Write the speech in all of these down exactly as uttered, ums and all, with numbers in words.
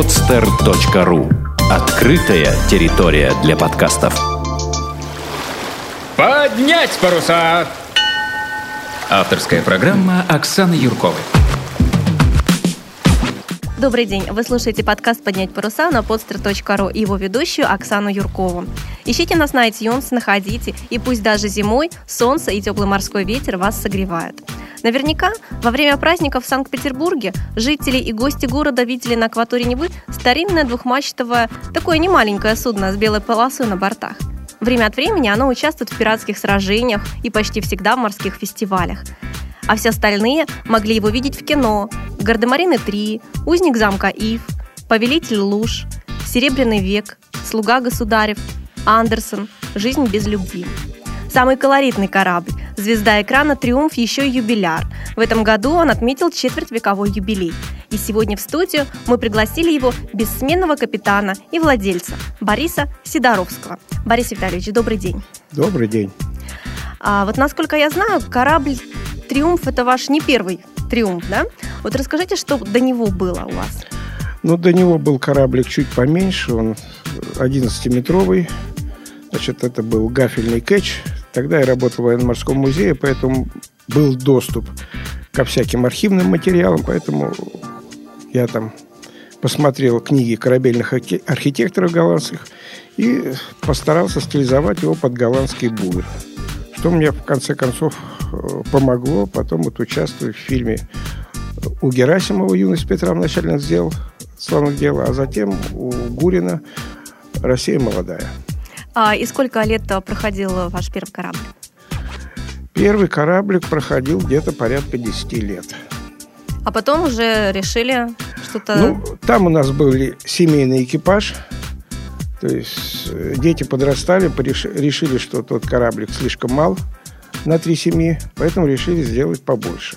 подстер точка ру. Открытая территория для подкастов. Поднять паруса! Авторская программа Оксаны Юрковой. Добрый день. Вы слушаете подкаст «Поднять паруса» на подстер точка ру и его ведущую Оксану Юркову. Ищите нас на iTunes, находите, и пусть даже зимой солнце и теплый морской ветер вас согревают. Наверняка во время праздников в Санкт-Петербурге жители и гости города видели на акватории Невы старинное двухмачтовое, такое немаленькое судно с белой полосой на бортах. Время от времени оно участвует в пиратских сражениях и почти всегда в морских фестивалях. А все остальные могли его видеть в кино: «Гардемарины три», «Узник замка Ив», «Повелитель луж», «Серебряный век», «Слуга государев», «Андерсон», «Жизнь без любви». Самый колоритный корабль, звезда экрана «Триумф» еще и юбиляр. В этом году он отметил четвертьвековой юбилей. И сегодня в студию мы пригласили его бессменного капитана и владельца Бориса Сидоровского. Борис Витальевич, добрый день. Добрый день. А вот насколько я знаю, корабль «Триумф» — это ваш не первый «Триумф», да? Вот расскажите, что до него было у вас? Ну, до него был кораблик чуть поменьше, он одиннадцатиметровый. Значит, это был гафельный кетч. Тогда я работал в военно-морском музее, поэтому был доступ ко всяким архивным материалам, поэтому я там посмотрел книги корабельных архитекторов голландских и постарался стилизовать его под голландский буер, что мне в конце концов помогло потом вот участвовать в фильме у Герасимова «Юность Петра» вначале сделал «Славных дел», а затем у Гурина «Россия молодая». А и сколько лет проходил ваш первый корабль? Первый кораблик проходил где-то порядка десять лет. А потом уже решили что-то... Ну, там у нас был семейный экипаж. То есть дети подрастали, решили, что тот кораблик слишком мал на три семьи, поэтому решили сделать побольше.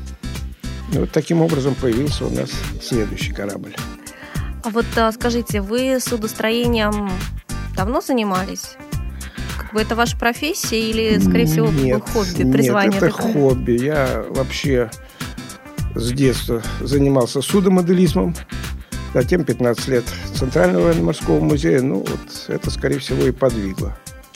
И вот таким образом появился у нас следующий корабль. А вот скажите, вы судостроением давно занимались? Как бы это ваша профессия или, скорее всего, нет, хобби, призвание? Нет, это такое? Хобби. Я вообще с детства занимался судомоделизмом. Затем пятнадцать лет Центрального военно-морского музея. Ну, вот это, скорее всего, и подвигло.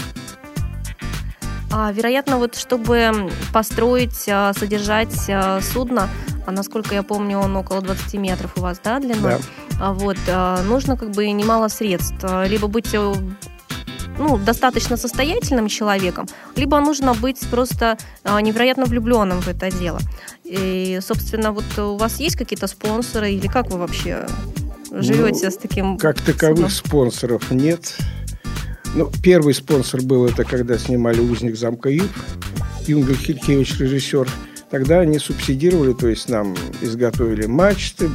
А, вероятно, вот чтобы построить, содержать судно, а насколько я помню, он около двадцать метров у вас, да, длина? Да. А вот, нужно как бы немало средств. Либо быть, ну, достаточно состоятельным человеком, либо нужно быть просто невероятно влюбленным в это дело. И, собственно, вот у вас есть какие-то спонсоры или как вы вообще живете, ну, с таким... Как таковых спонсоров нет. Ну, первый спонсор был, это когда снимали «Узник замка Ив», Юнгель Хилькевич, режиссер. Тогда они субсидировали, то есть нам изготовили мачты,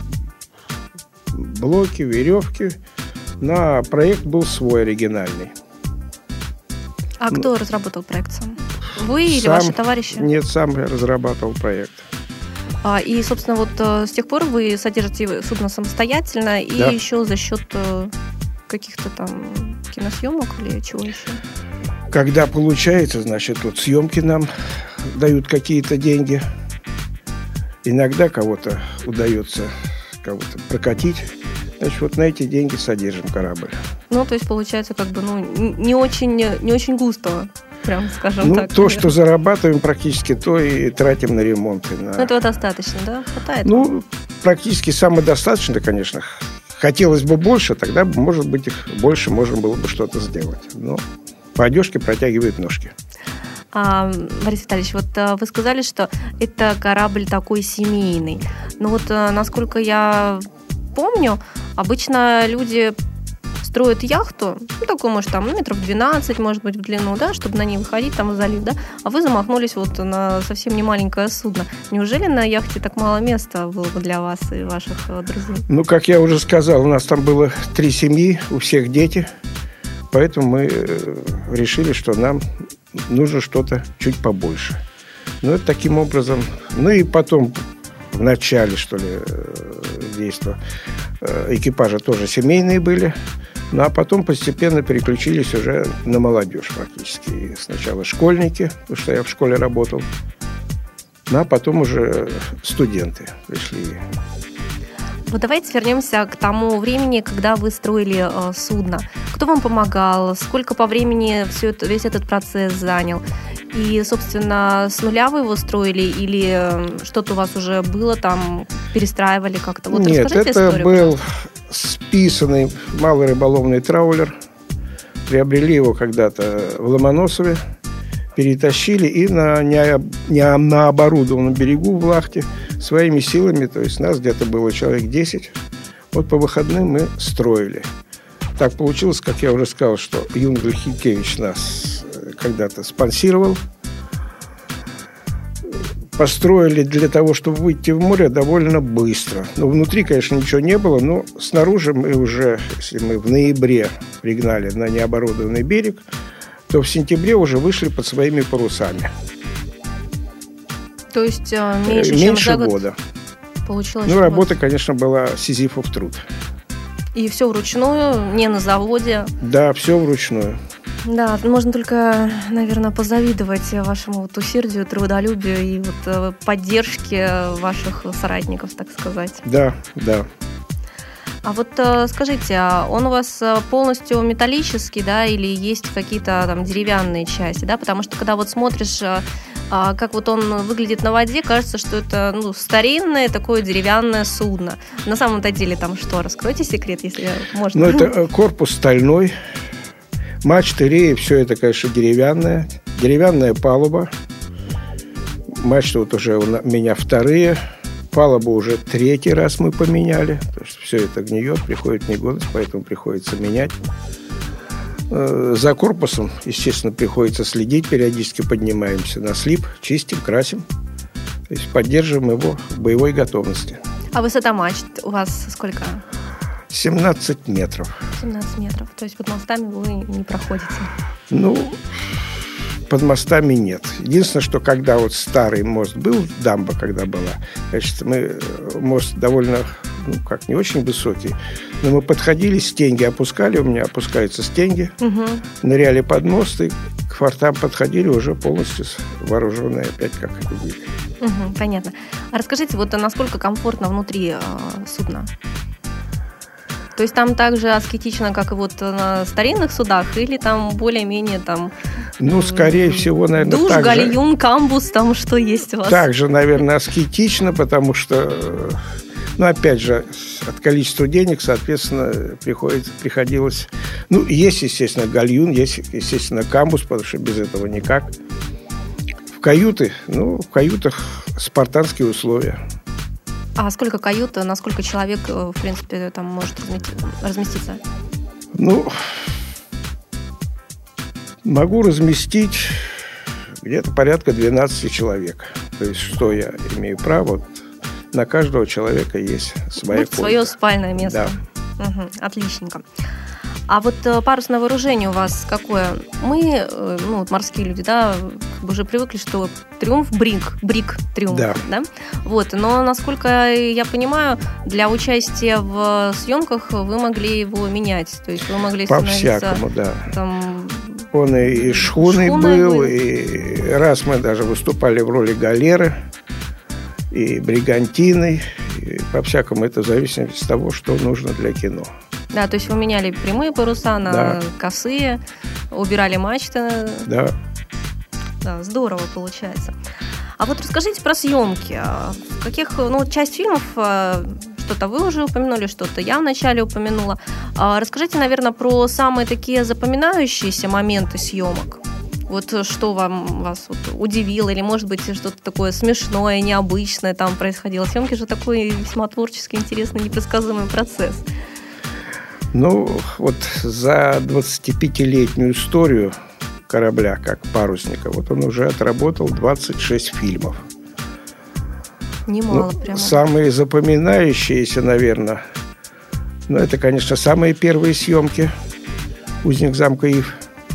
блоки, веревки. На проект был свой, оригинальный. А ну, кто разработал проект сам? Вы или сам, ваши товарищи? Нет, сам я разрабатывал проект. А, и, собственно, вот с тех пор вы содержите судно самостоятельно и да. еще за счет каких-то там киносъемок или чего еще? Когда получается, значит, вот съемки нам дают какие-то деньги. Иногда кого-то удается кого-то прокатить. Значит, вот на эти деньги содержим корабль. Ну, то есть, получается, как бы, ну, не очень, не очень густо, прям скажем ну, так. Ну, то, наверное. что зарабатываем практически, то и тратим на ремонт. На... Ну, этого достаточно, да? Хватает? Ну, практически самодостаточно, конечно. Хотелось бы больше, тогда, может быть, их больше можно было бы что-то сделать. Но по одежке протягивают ножки. А, Борис Витальевич, вот а, вы сказали, что это корабль такой семейный. Ну вот, а, насколько я помню, обычно люди строят яхту, ну, такую, может, там, метров двенадцать, может быть, в длину, да, чтобы на ней выходить там в залив, да, а вы замахнулись вот на совсем не маленькое судно. Неужели на яхте так мало места было бы для вас и ваших друзей? Ну, как я уже сказал, у нас там было три семьи, у всех дети, поэтому мы решили, что нам нужно что-то чуть побольше. Ну, это таким образом, ну, и потом в начале, что ли, действа экипажа тоже семейные были. Ну, а потом постепенно переключились уже на молодежь фактически. И сначала школьники, потому что я в школе работал. Ну, а потом уже студенты пришли. Вот давайте вернемся к тому времени, когда вы строили э, судно. Кто вам помогал? Сколько по времени все это, весь этот процесс занял? И, собственно, с нуля вы его строили или что-то у вас уже было там, перестраивали как-то? Вот Нет, расскажите это историю, был пожалуйста. списанный малый рыболовный траулер. Приобрели его когда-то в Ломоносове, перетащили и на, не, не на оборудованном берегу в Лахте своими силами, то есть нас где-то было человек десять, вот по выходным мы строили. Так получилось, как я уже сказал, что Юнгель Хилькевич нас когда-то спонсировал. Построили для того, чтобы выйти в море довольно быстро. Ну, внутри, конечно, ничего не было, но снаружи мы уже, если мы в ноябре пригнали на необорудованный берег, то в сентябре уже вышли под своими парусами. То есть меньше, меньше чем за год года. Получилось. Ну, работа, конечно, была сизифов труд. И все вручную, не на заводе. Да, все вручную. Да, можно только, наверное, позавидовать вашему вот усердию, трудолюбию и вот поддержке ваших соратников, так сказать. Да, да. А вот скажите, он у вас полностью металлический, да, или есть какие-то там деревянные части, да? Потому что когда вот смотришь, как вот он выглядит на воде, кажется, что это ну, старинное такое деревянное судно. На самом-то деле там что? Раскройте секрет, если можно. Ну, это корпус стальной, мачты, реи, все это, конечно, деревянное. Деревянная палуба. Мачты вот уже у меня вторые. Палубу уже третий раз мы поменяли. То есть все это гниет, приходит негодность, поэтому приходится менять. За корпусом, естественно, приходится следить. Периодически поднимаемся на слип, чистим, красим. То есть поддерживаем его в боевой готовности. А высота мачт у вас сколько? семнадцать метров. семнадцать метров. То есть под мостами вы не проходите? Ну, под мостами нет. Единственное, что когда вот старый мост был, дамба когда была, значит, мы, мост довольно, ну, как не очень высокий, но мы подходили, стенги опускали, у меня опускаются стенги, угу. Ныряли под мост и к фортам подходили уже полностью вооруженные опять, как это были. Угу, понятно. А расскажите, вот насколько комфортно внутри э, судна? То есть там так же аскетично, как и вот на старинных судах, или там более-менее там... Ну, скорее всего, наверное, душ, так гальюн, же, камбус, там что есть у вас? Также, наверное, аскетично, потому что, ну, опять же, от количества денег, соответственно, приходится, приходилось... Ну, есть, естественно, гальюн, есть, естественно, камбус, потому что без этого никак. В каюты, ну, в каютах спартанские условия. А сколько кают, на сколько человек, в принципе, там может разместиться? Ну, могу разместить где-то порядка двенадцать человек. То есть, что я имею право, на каждого человека есть своя комната. Свое спальное место. Да. Угу, отличненько. А вот парусное вооружение у вас какое? Мы, ну, вот морские люди, да, как бы уже привыкли, что Триумф, брик, брик Триумф, да. да? Вот, но, насколько я понимаю, для участия в съемках вы могли его менять, то есть вы могли становиться... По-всякому, да. Там, он и, и шхуной, шхуной был, был, и раз мы даже выступали в роли галеры, и бригантиной, и по-всякому это в зависимости от того, что нужно для кино. Да, то есть вы меняли прямые паруса на да. косые, убирали мачты. Да. Да, здорово получается. А вот расскажите про съемки. В каких, ну, часть фильмов, что-то вы уже упомянули, что-то я вначале упомянула. Расскажите, наверное, про самые такие запоминающиеся моменты съемок. Вот что вам вас вот удивило, или, может быть, что-то такое смешное, необычное там происходило. Съемки же такой весьма творческий, интересный, непредсказуемый процесс. Ну, вот за двадцатипятилетнюю историю корабля, как парусника, вот он уже отработал двадцать шесть фильмов. Немало, ну, прямо. Самые запоминающиеся, наверное, ну, это, конечно, самые первые съемки «Узник замка Ив».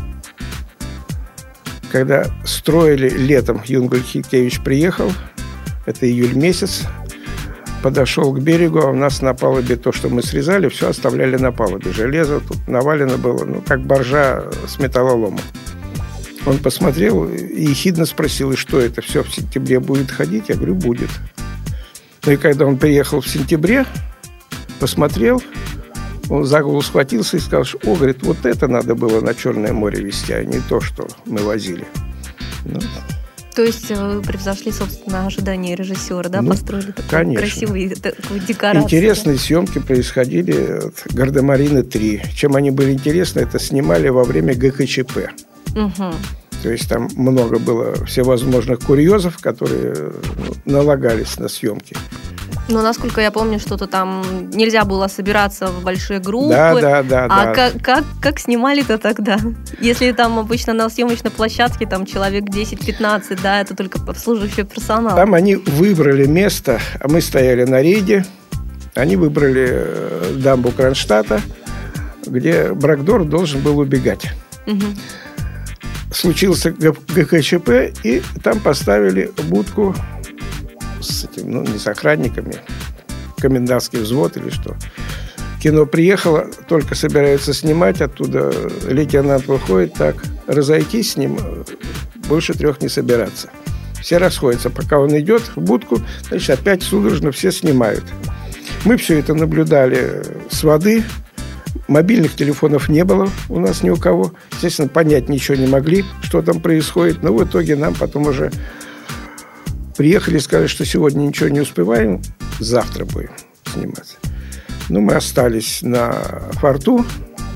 Когда строили летом, Юнгель Хилькевич приехал, это июль месяц, подошел к берегу, а у нас на палубе то, что мы срезали, все оставляли на палубе. Железо тут навалено было, ну, как боржа с металлоломом. Он посмотрел и ехидно спросил, и что это, все в сентябре будет ходить? Я говорю, будет. Ну и когда он приехал в сентябре, посмотрел, он за голову схватился и сказал, что, о, говорит, вот это надо было на Черное море везти, а не то, что мы возили. Ну, То есть вы превзошли, собственно, ожидания режиссера, да? Ну, Построили такой конечно. красивый такой декорацию. Интересные съемки происходили от «Гардемарины три». Чем они были интересны, это снимали во время ГКЧП. Угу. То есть там много было всевозможных курьезов, которые ну, налагались на съемки. Но, насколько я помню, что-то там нельзя было собираться в большие группы. Да, да, да. А да. Как, как, как снимали-то тогда? Если там обычно на съемочной площадке там человек десять-пятнадцать, да, это только обслуживающий персонал. Там они выбрали место, а мы стояли на рейде. Они выбрали дамбу Кронштадта, где Брагдор должен был убегать. Угу. Случился ГКЧП, и там поставили будку с этим, ну, не с охранниками, комендантский взвод или что. Кино приехало, только собираются снимать, оттуда лейтенант выходит, так, разойтись с ним, больше трех не собираться. Все расходятся, пока он идет в будку, значит, опять судорожно все снимают. Мы все это наблюдали с воды, мобильных телефонов не было у нас ни у кого, естественно, понять ничего не могли, что там происходит, но в итоге нам потом уже приехали и сказали, что сегодня ничего не успеваем, завтра будем снимать. Ну, мы остались на форту,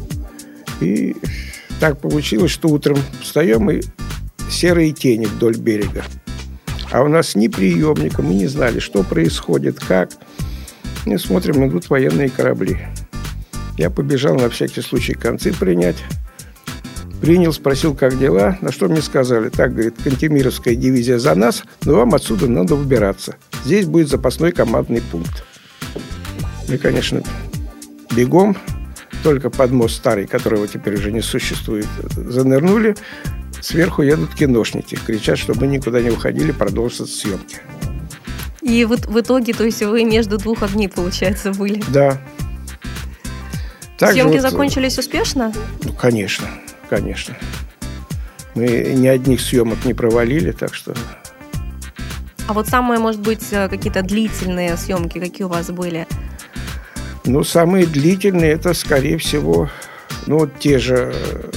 и так получилось, что утром встаем, и серые тени вдоль берега. А у нас ни приемника, мы не знали, что происходит, как. И смотрим, идут военные корабли. Я побежал на всякий случай концы принять. Принял, спросил, как дела, на что мне сказали. Так, говорит, Кантемировская дивизия за нас, но вам отсюда надо выбираться. Здесь будет запасной командный пункт. Мы, конечно, бегом, только под мост старый, которого теперь уже не существует, занырнули. Сверху едут киношники, кричат, чтобы мы никуда не уходили, продолжатся съемки. И вот в итоге, то есть вы между двух огней, получается, были? Да. Так Съемки вот, закончились успешно? Ну, конечно. Конечно. Мы ни одних съемок не провалили, так что... А вот самые, может быть, какие-то длительные съемки, какие у вас были? Ну, самые длительные, это, скорее всего, ну, вот те же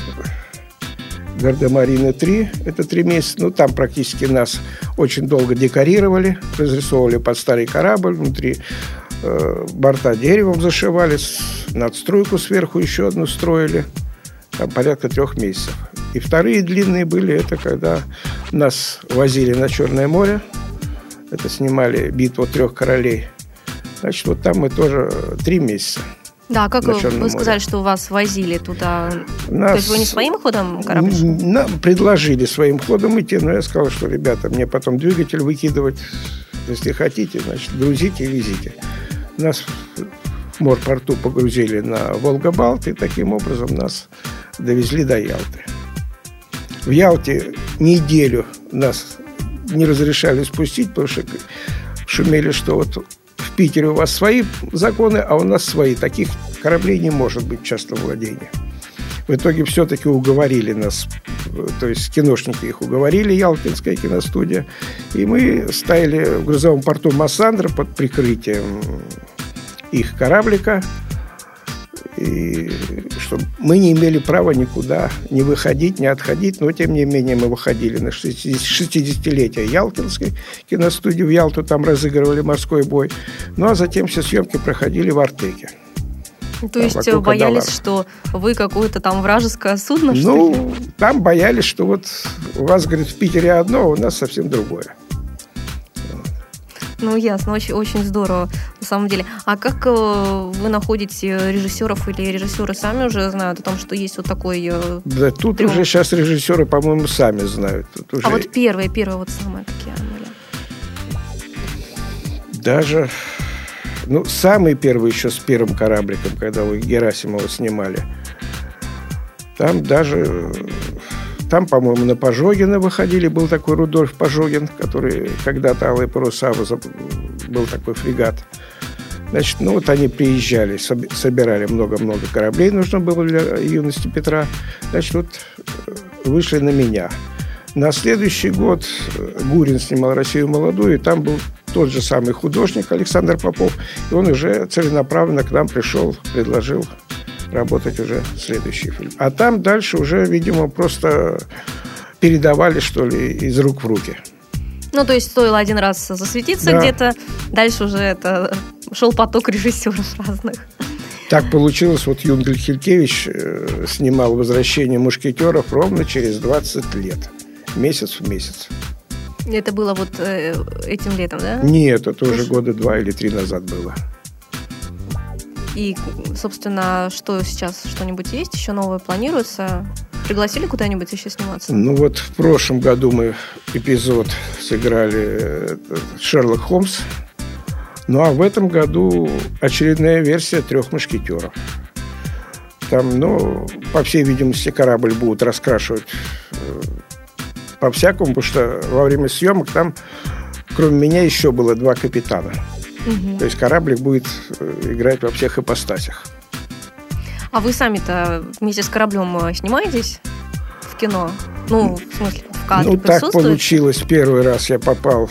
«Гардемарины три», это три месяца. Ну, там практически нас очень долго декорировали, разрисовывали под старый корабль, внутри э, борта деревом зашивали, надстройку сверху еще одну строили. Там порядка трех месяцев. И вторые длинные были, это когда нас возили на Черное море. Это снимали «Битву трех королей». Значит, вот там мы тоже три месяца. Да, как вы, вы сказали, что вас возили туда? Нас, То есть вы не своим ходом корабль? Нам предложили своим ходом идти, но я сказал, что, ребята, мне потом двигатель выкидывать. Если хотите, значит, грузите и везите. Нас в морпорту погрузили на Волга-Балт, и таким образом нас довезли до Ялты. В Ялте неделю нас не разрешали спустить, потому что шумели, что вот в Питере у вас свои законы, а у нас свои. Таких кораблей не может быть в частном владении. В итоге все-таки уговорили нас, то есть киношники их уговорили, Ялтинская киностудия, и мы стояли в грузовом порту Массандра под прикрытием их кораблика, и что мы не имели права никуда не выходить, не отходить, но тем не менее мы выходили на шестидесятилетие Ялтинской киностудии в Ялту, там разыгрывали морской бой, ну а затем все съемки проходили в Артеке. То там, есть боялись, что вы какое-то там вражеское судно, что ну, ли? Ну, там боялись, что вот у вас, говорит, в Питере одно, а у нас совсем другое. Ну, ясно, очень, очень здорово, на самом деле. А как э, вы находите режиссеров, или режиссеры сами уже знают о том, что есть вот такой... Э, да тут трёх... уже сейчас режиссеры, по-моему, сами знают. Тут уже... А вот первые, первые вот самые какие были? Даже... Ну, самый первый еще с первым корабликом, когда вы Герасимова снимали. Там даже... Там, по-моему, на Пожогина выходили. Был такой Рудольф Пожогин, который когда-то «Алые паруса» был такой фрегат. Значит, ну вот они приезжали, собирали много-много кораблей, нужно было для юности Петра. Значит, вот вышли на меня. На следующий год Гурин снимал «Россию молодую», и там был тот же самый художник Александр Попов, и он уже целенаправленно к нам пришел, предложил работать уже следующий фильм. А там дальше уже, видимо, просто передавали, что ли, из рук в руки. Ну, то есть стоило один раз засветиться да. где-то, дальше уже это шел поток режиссеров разных. Так получилось, вот Юнгель Хилькевич э, снимал «Возвращение мушкетеров» ровно через двадцать лет. Месяц в месяц. Это было вот э, этим летом, да? Нет, это уже года два или три назад было. И, собственно, что сейчас? Что-нибудь есть? Еще новое планируется? Пригласили куда-нибудь еще сниматься? Ну вот в прошлом году мы эпизод сыграли «Шерлок Холмс». Ну а в этом году очередная версия «Трех мушкетеров». Там, ну, по всей видимости, корабль будут раскрашивать по-всякому, потому что во время съемок там, кроме меня, еще было два капитана. Угу. То есть кораблик будет играть во всех ипостасях. А вы сами-то вместе с кораблем снимаетесь в кино? Ну, в смысле, в кадре ну, присутствуете? Ну, так получилось. Первый раз я попал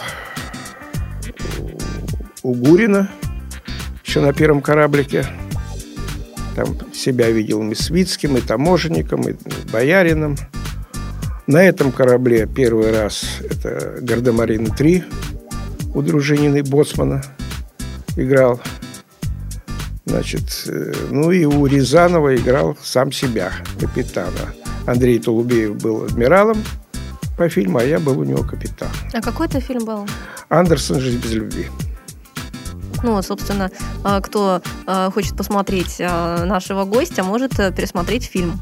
у Гурина, еще на первом кораблике. Там себя видел и Свицким, и таможенником, и боярином. На этом корабле первый раз это «Гардемарины три» у Дружинина боцмана играл. Значит, ну и у Рязанова играл сам себя, капитана. Андрей Толубеев был адмиралом по фильму, а я был у него капитан. А какой это фильм был? «Андерсон. Жизнь без любви». Ну, собственно, кто хочет посмотреть нашего гостя, может пересмотреть фильм.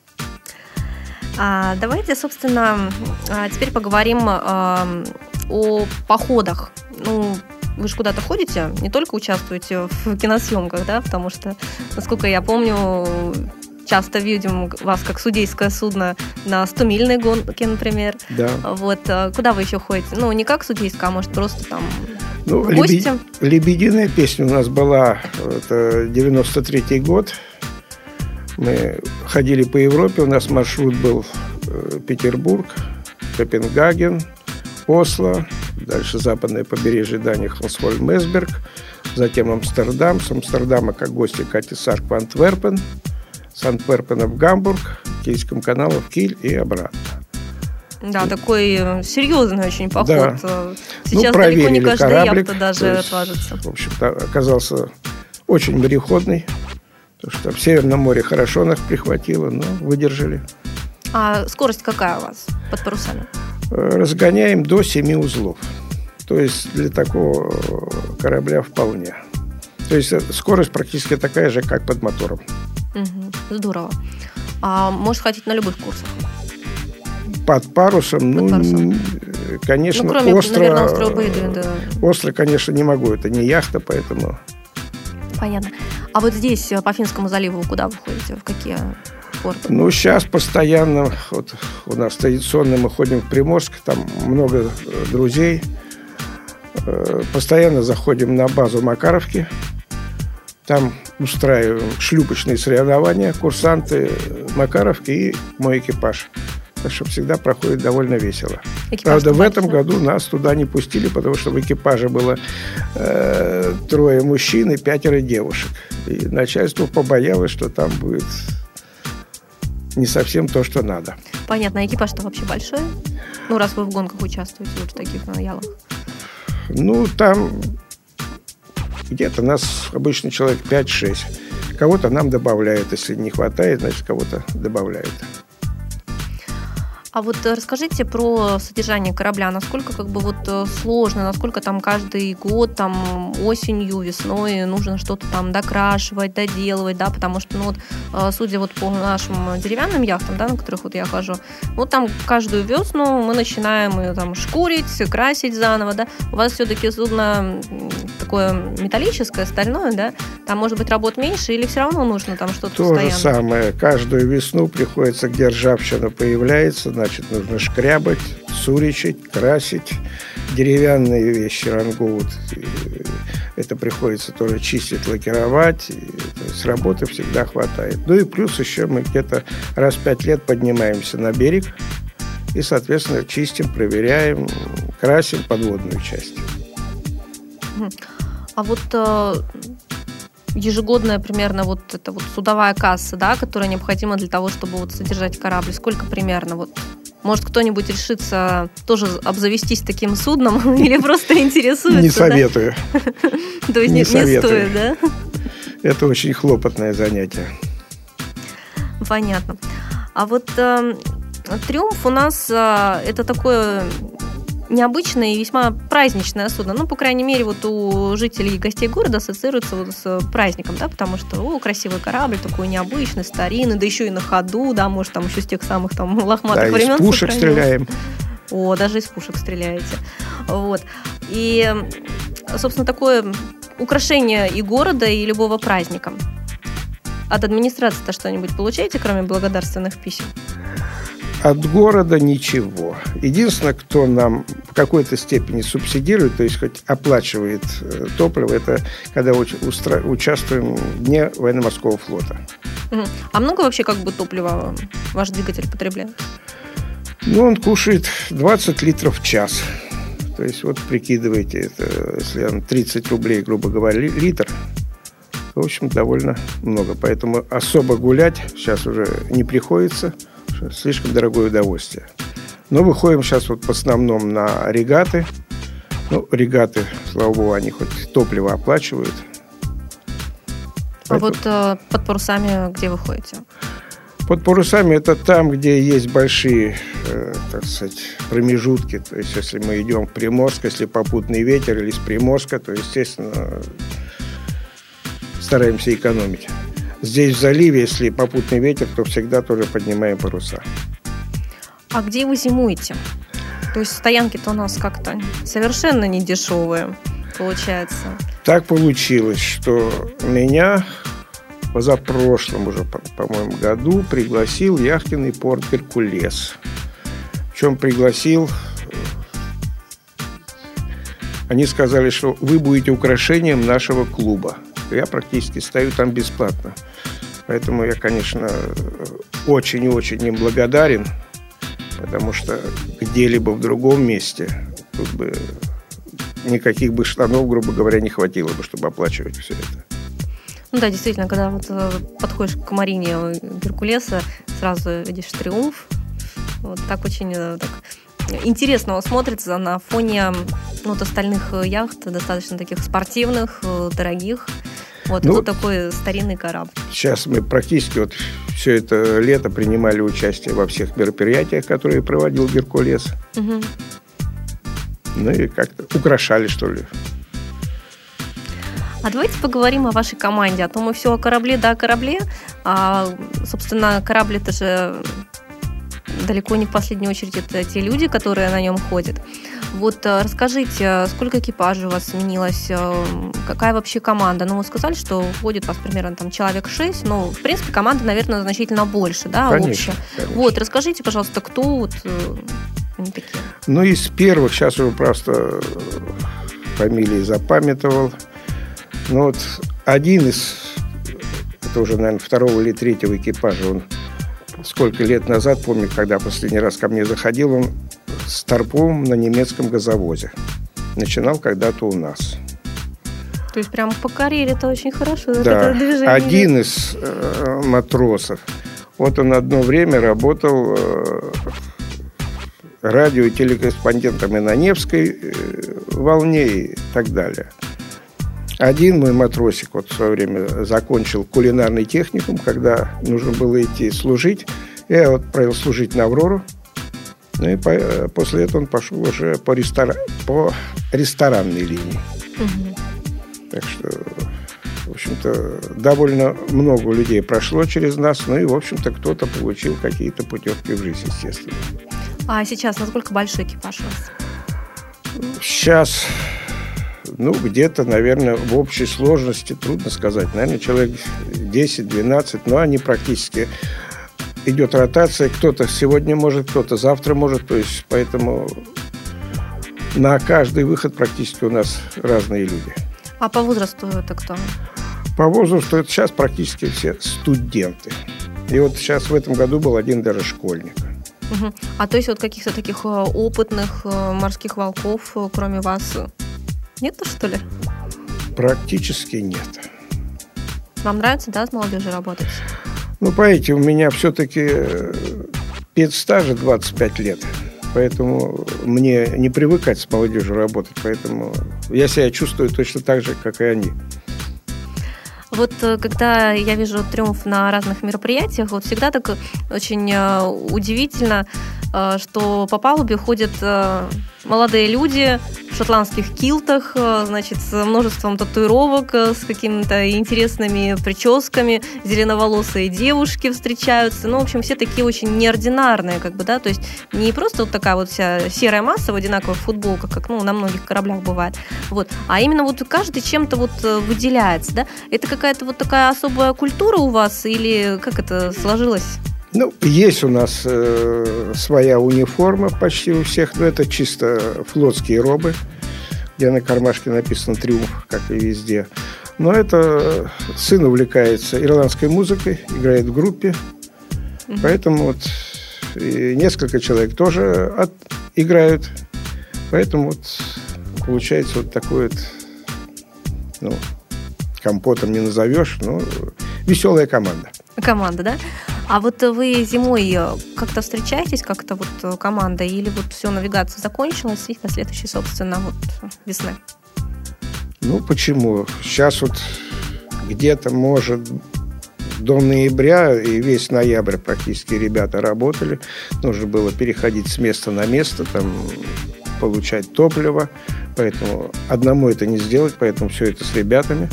А давайте, собственно, теперь поговорим о походах. Ну, вы же куда-то ходите, не только участвуете в киносъемках, да, потому что, насколько я помню, часто видим вас как судейское судно на сто-мильной гонке, например. Да. Вот, куда вы еще ходите? Ну, не как судейская, а может, просто там ну, в гости? Лебед... Лебединая песня у нас была, это девяносто третий год. Мы ходили по Европе, у нас маршрут был Петербург, Копенгаген, Осло, дальше западное побережье Дании, Хансвольм, Эсберг, затем Амстердам, с Амстердама как гости Кати Сарк в Антверпен, с Антверпена в Гамбург, Кильском канале в Киль и обратно. Да, такой серьезный очень поход. Да. Сейчас ну, далеко не каждая кораблик, яхта даже есть, отважится. В общем-то, оказался очень мореходный, потому что в Северном море хорошо нас прихватило, но выдержали. А скорость какая у вас под парусами? Разгоняем до семи узлов. То есть для такого корабля вполне. То есть скорость практически такая же, как под мотором. Угу, здорово. А можешь ходить на любых курсах? Под парусом, под ну, парусом. Конечно, ну, кроме, остро, наверное, остро, да. остро, конечно, не могу. Это не яхта, поэтому... Понятно. А вот здесь, по Финскому заливу, куда вы ходите? В какие порты? Ну, сейчас постоянно, вот у нас традиционно мы ходим в Приморск, там много друзей. Постоянно заходим на базу Макаровки. Там устраиваем шлюпочные соревнования, курсанты Макаровки и мой экипаж. Так что всегда проходит довольно весело. Экипаж Правда, в этом году нас туда не пустили, потому что в экипаже было э, трое мужчин и пятеро девушек. И начальство побоялось, что там будет не совсем то, что надо. Понятно. А экипаж-то вообще большой? Ну, раз вы в гонках участвуете, вот в таких на ялах. Ну, там где-то нас обычно человек пять-шесть. Кого-то нам добавляют. Если не хватает, значит, кого-то добавляют. А вот расскажите про содержание корабля. Насколько как бы вот сложно, насколько там каждый год, там осенью, весной нужно что-то там докрашивать, доделывать, да, потому что, ну вот, судя вот по нашим деревянным яхтам, да, на которых вот я хожу, вот там каждую весну мы начинаем ее там шкурить, красить заново, да. У вас все-таки судно такое металлическое, стальное, да, там может быть работ меньше или все равно нужно там что-то То постоянно? же самое. Каждую весну приходится, где ржавчина появляется, значит, нужно шкрябать, суричить, красить. Деревянные вещи, рангоут, это приходится тоже чистить, лакировать. И, то есть работы всегда хватает. Ну и плюс еще мы где-то раз в пять лет поднимаемся на берег и, соответственно, чистим, проверяем, красим подводную часть. Угу. А вот э, ежегодная примерно вот эта вот судовая касса, да, которая необходима для того, чтобы вот содержать корабль, сколько примерно? Вот, может, кто-нибудь решится тоже обзавестись таким судном или просто интересуется? Не советую. То есть не стоит, да? Это очень хлопотное занятие. Понятно. А вот э, «Триумф» у нас э, это такое необычное и весьма праздничное судно. Ну, по крайней мере, вот у жителей и гостей города ассоциируется вот с праздником, да, потому что, о, красивый корабль, такой необычный, старинный, да еще и на ходу, да, может, там еще с тех самых там лохматых да, времен. Да, из пушек стреляем. О, даже из пушек стреляете. Вот. И, собственно, такое украшение и города, и любого праздника. От администрации-то что-нибудь получаете, кроме благодарственных писем? От города ничего. Единственное, кто нам в какой-то степени субсидирует, то есть хоть оплачивает топливо, это когда устра- участвуем в Дне военно-морского флота. Угу. А много вообще как бы топлива ваш двигатель потребляет? Ну, он кушает двадцать литров в час. То есть вот прикидывайте, это, если тридцать рублей, грубо говоря, литр, в общем, довольно много. Поэтому особо гулять сейчас уже не приходится. Слишком дорогое удовольствие. Но выходим сейчас вот в основном на регаты. Ну, регаты, слава богу, они хоть топливо оплачивают. А Поэтому... вот э, под парусами где вы ходите? Под парусами это там, где есть большие, э, так сказать, промежутки. То есть, если мы идем в Приморск, если попутный ветер или с Приморска, то, естественно, стараемся экономить. Здесь в заливе, если попутный ветер, то всегда тоже поднимаем паруса. А где вы зимуете? То есть стоянки-то у нас как-то совершенно не дешевые, получается. Так получилось, что меня позапрошлом уже, по-моему, году пригласил яхтенный порт «Геркулес». В чем пригласил? Они сказали, что вы будете украшением нашего клуба. Я практически стою там бесплатно. Поэтому я, конечно, очень и очень им благодарен, потому что где-либо в другом месте тут бы никаких бы штанов, грубо говоря, не хватило бы, чтобы оплачивать все это. Ну да, действительно, когда вот подходишь к марине Геркулеса, сразу видишь «Триумф». Вот так очень так интересно смотрится на фоне ну, вот остальных яхт, достаточно таких спортивных, дорогих. Вот, ну, вот такой старинный корабль. Сейчас мы практически вот все это лето принимали участие во всех мероприятиях, которые проводил «Геркулес». Угу. Ну и как-то украшали, что ли. А давайте поговорим о вашей команде. А то мы все о корабле, да, о корабле. А, собственно, корабль – это же далеко не в последнюю очередь это те люди, которые на нем ходят. Вот расскажите, сколько экипажей у вас сменилось, какая вообще команда? Ну, вы сказали, что входит у вас примерно там человек шесть, но, в принципе, команда, наверное, значительно больше, да, конечно, общая. Конечно. Вот, расскажите, пожалуйста, кто вот они такие? Ну, из первых, сейчас уже просто фамилии запамятовал. Ну, вот один из, это уже, наверное, второго или третьего экипажа, он сколько лет назад, помню, когда последний раз ко мне заходил, он с торпом на немецком газовозе. Начинал когда-то у нас. То есть прям по карьере это очень хорошо. Да, это движение. Один из э, матросов. Вот он одно время работал э, радио- и телекорреспондентом и на Невской э, волне и так далее. Один мой матросик вот в свое время закончил кулинарный техникум, когда нужно было идти служить. Я вот отправил служить на «Аврору». Ну и по, после этого он пошел уже по, рестора, по ресторанной линии. Угу. Так что, в общем-то, довольно много людей прошло через нас. Ну и, в общем-то, кто-то получил какие-то путевки в жизнь, естественно. А сейчас насколько большой экипаж у вас? Сейчас... Ну, где-то, наверное, в общей сложности, трудно сказать, наверное, человек десять-двенадцать, но они практически, идет ротация, кто-то сегодня может, кто-то завтра может, то есть, поэтому на каждый выход практически у нас разные люди. А по возрасту это кто? По возрасту это сейчас практически все студенты. И вот сейчас в этом году был один даже школьник. Угу. А то есть вот каких-то таких опытных морских волков, кроме вас, Нет, что ли? Практически нет. Вам нравится, да, с молодежью работать? Ну, понимаете, у меня все-таки педстажа двадцать пять лет. Поэтому мне не привыкать с молодежью работать. Поэтому я себя чувствую точно так же, как и они. Вот когда я вижу «Триумф» на разных мероприятиях, вот всегда так очень удивительно, что по палубе ходят молодые люди в шотландских килтах, значит, с множеством татуировок, с какими-то интересными прическами, зеленоволосые девушки встречаются. Ну, в общем, все такие очень неординарные, как бы, да, то есть не просто вот такая вот вся серая масса в одинаковых футболках, как, ну, на многих кораблях бывает, вот, а именно вот каждый чем-то вот выделяется, да. Это какая-то вот такая особая культура у вас или как это сложилось? Ну, есть у нас э, своя униформа почти у всех, но это чисто флотские робы, где на кармашке написано «Триумф», как и везде. Но это сын увлекается ирландской музыкой, играет в группе, mm-hmm. поэтому вот и несколько человек тоже от, играют, поэтому вот получается вот такой вот, ну, компотом не назовешь, но веселая команда. Команда, да? А вот вы зимой как-то встречаетесь, как-то вот команда, или вот все, навигация закончилась, и до следующей, собственно, вот весны? Ну, почему? Сейчас вот где-то, может, до ноября и весь ноябрь практически ребята работали. Нужно было переходить с места на место, там, получать топливо. Поэтому одному это не сделать, поэтому все это с ребятами.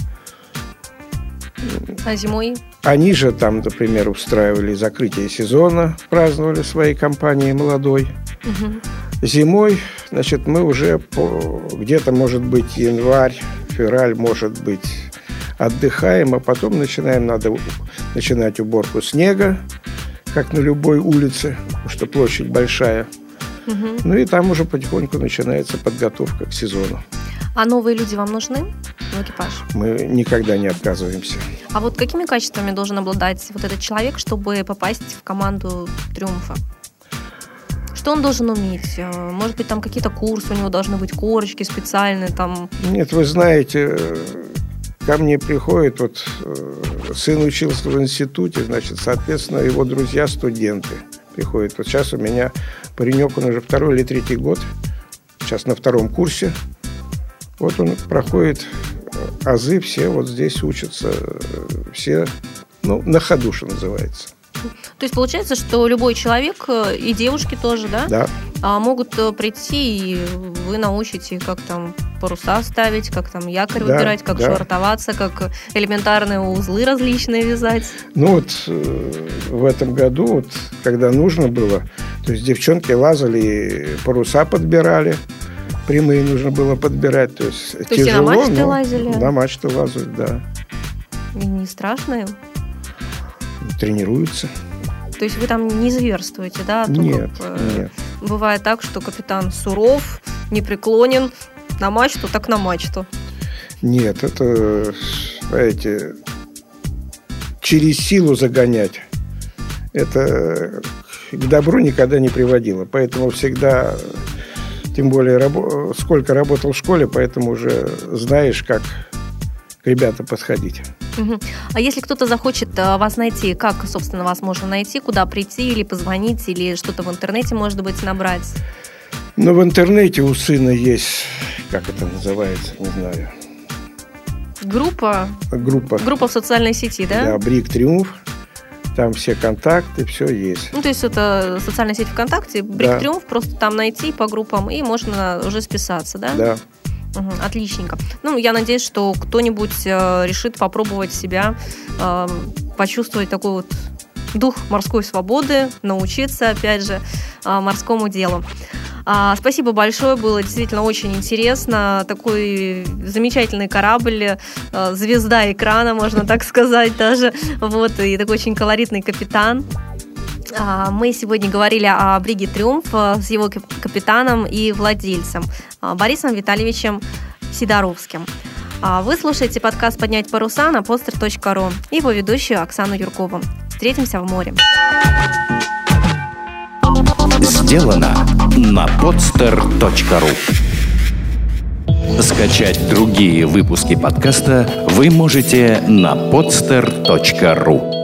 А зимой? Они же там, например, устраивали закрытие сезона, праздновали своей компанией молодой. Угу. Зимой, значит, мы уже по, где-то, может быть, январь, февраль, может быть, отдыхаем, а потом начинаем, надо начинать уборку снега, как на любой улице, потому что площадь большая. Угу. Ну и там уже потихоньку начинается подготовка к сезону. А новые люди вам нужны в экипаж? Мы никогда не отказываемся. А вот какими качествами должен обладать вот этот человек, чтобы попасть в команду «Триумфа»? Что он должен уметь? Может быть, там какие-то курсы у него должны быть, корочки специальные там? Нет, вы знаете, ко мне приходит, вот сын учился в институте, значит, соответственно, его друзья студенты приходят. Вот сейчас у меня паренек, он уже второй или третий год, сейчас на втором курсе. Вот он проходит азы, все вот здесь учатся, все, ну, на ходу, что называется. То есть получается, что любой человек, и девушки тоже, да? Да. Могут прийти, и вы научите, как там паруса ставить, как там якорь да, выбирать, как да. швартоваться, как элементарные узлы различные вязать. Ну вот в этом году, вот, когда нужно было, то есть девчонки лазали, паруса подбирали, прямые нужно было подбирать, то есть то тяжело, есть и на мачты лазили? На мачты лазают, да. И не страшно им? Тренируются. То есть вы там не зверствуете, да? А то, нет, как, нет. Бывает так, что капитан суров, непреклонен, на мачту, так на мачту. Нет, это, знаете, через силу загонять, это к добру никогда не приводило. Поэтому всегда, тем более, рабо- сколько работал в школе, поэтому уже знаешь, как к ребятам подходить. Угу. А если кто-то захочет вас найти, как, собственно, вас можно найти, куда прийти, или позвонить, или что-то в интернете, может быть, набрать? Ну, в интернете у сына есть, как это называется, не знаю. Группа? Группа. Группа в социальной сети, да? Да, Брик Триумф. Там все контакты, все есть. Ну, то есть это социальная сеть ВКонтакте, Брик да. Триумф, просто там найти по группам, и можно уже списаться, да? Да. Угу, отличненько. Ну, я надеюсь, что кто-нибудь э, решит попробовать себя, э, почувствовать такой вот дух морской свободы, научиться, опять же, э, морскому делу. А, спасибо большое, было действительно очень интересно. Такой замечательный корабль, э, звезда экрана, можно так сказать даже. Вот, и такой очень колоритный капитан. Мы сегодня говорили о бриге «Триумф» с его капитаном и владельцем Борисом Витальевичем Сидоровским. Вы слушаете подкаст «Поднять паруса» на podster точка ру и его ведущую Оксану Юркову. Встретимся в море. Сделано на podster точка ру. Скачать другие выпуски подкаста вы можете на podster точка ру.